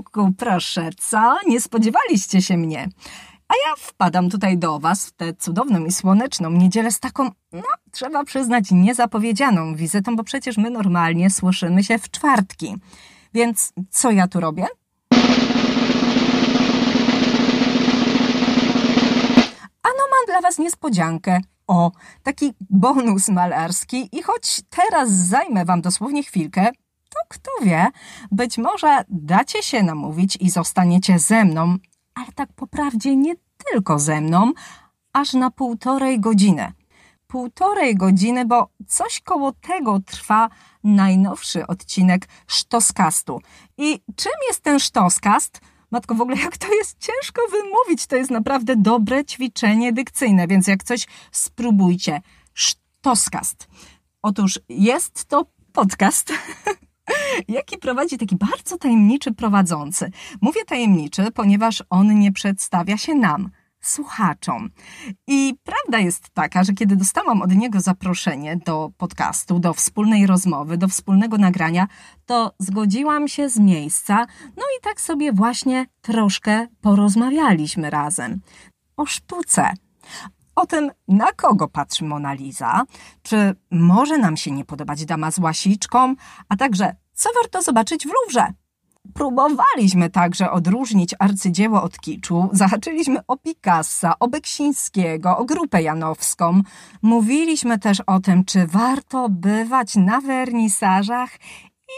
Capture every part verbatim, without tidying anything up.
Tomku, proszę, co? Nie spodziewaliście się mnie. A ja wpadam tutaj do was w tę cudowną i słoneczną niedzielę z taką, no trzeba przyznać, niezapowiedzianą wizytą, bo przecież my normalnie słyszymy się w czwartki. Więc co ja tu robię? Ano mam dla was niespodziankę. O, taki bonus malarski i choć teraz zajmę wam dosłownie chwilkę, to kto wie, być może dacie się namówić i zostaniecie ze mną, ale tak po prawdzie nie tylko ze mną, aż na półtorej godziny. Półtorej godziny, bo coś koło tego trwa najnowszy odcinek Sztoskastu. I czym jest ten Sztoskast? Matko, w ogóle jak to jest ciężko wymówić, to jest naprawdę dobre ćwiczenie dykcyjne, więc jak coś spróbujcie. Sztoskast. Otóż jest to podcast, jaki prowadzi taki bardzo tajemniczy prowadzący. Mówię tajemniczy, ponieważ on nie przedstawia się nam, słuchaczom. I prawda jest taka, że kiedy dostałam od niego zaproszenie do podcastu, do wspólnej rozmowy, do wspólnego nagrania, to zgodziłam się z miejsca, no i tak sobie właśnie troszkę porozmawialiśmy razem. O sztuce. O tym, na kogo patrzy Mona Lisa, czy może nam się nie podobać dama z łasiczką, a także co warto zobaczyć w Luwrze. Próbowaliśmy także odróżnić arcydzieło od kiczu, zahaczyliśmy o Picassa, o Beksińskiego, o Grupę Janowską. Mówiliśmy też o tym, czy warto bywać na wernisażach i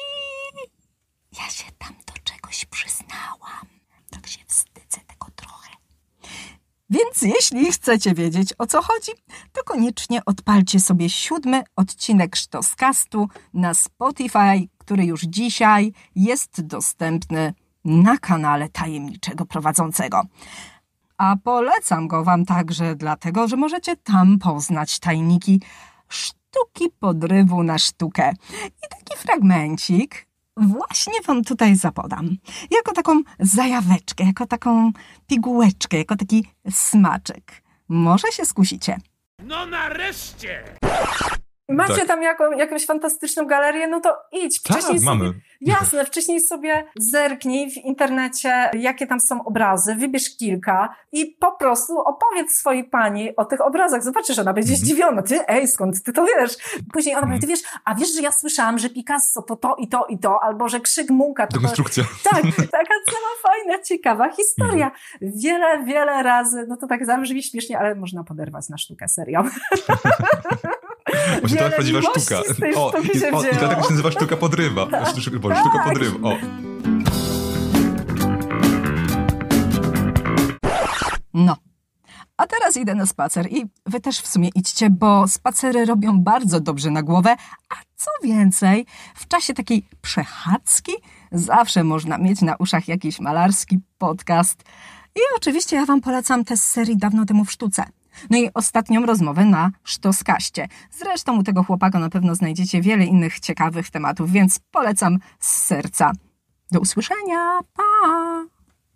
ja się tam do czegoś przyznałam. Tak się wstydzę tego trochę. Więc jeśli chcecie wiedzieć, o co chodzi, to koniecznie odpalcie sobie siódmy odcinek Sztoskastu na Spotify, który już dzisiaj jest dostępny na kanale tajemniczego prowadzącego. A polecam go wam także dlatego, że możecie tam poznać tajniki sztuki podrywu na sztukę. I taki fragmencik właśnie wam tutaj zapodam. Jako taką zajaweczkę, jako taką pigułeczkę, jako taki smaczek. Może się skusicie. No nareszcie! Macie Tak. tam jaką, jakąś fantastyczną galerię, no to idź. Wcześniej Tak, mamy. sobie, jasne, wcześniej sobie zerknij w internecie, jakie tam są obrazy, wybierz kilka i po prostu opowiedz swojej pani o tych obrazach. Zobaczysz, ona będzie Mhm. zdziwiona. Ty, ej, skąd ty to wiesz? Później ona Mhm. powie, ty wiesz, a wiesz, że ja słyszałam, że Picasso to to i to i to, albo że Krzyk Munka to to... Dekonstrukcja. Tak, taka cała fajna, ciekawa historia. Wiele, wiele razy, no to tak zabrzmi śmiesznie, ale można poderwać na sztukę, serio. Właśnie to jest prawdziwa miłości sztuka. z tej O, sztuki i, się o, i wzięło. dlatego się nazywa sztuka podrywa. Tak. Sztuka, Boże, sztuka Tak. podrywa. O. No. A teraz idę na spacer i wy też w sumie idźcie, bo spacery robią bardzo dobrze na głowę, a co więcej, w czasie takiej przechadzki zawsze można mieć na uszach jakiś malarski podcast. I oczywiście ja wam polecam te z serii Dawno temu w sztuce. No i ostatnią rozmowę na Sztoskaście. Zresztą u tego chłopaka na pewno znajdziecie wiele innych ciekawych tematów, więc polecam z serca. Do usłyszenia, pa!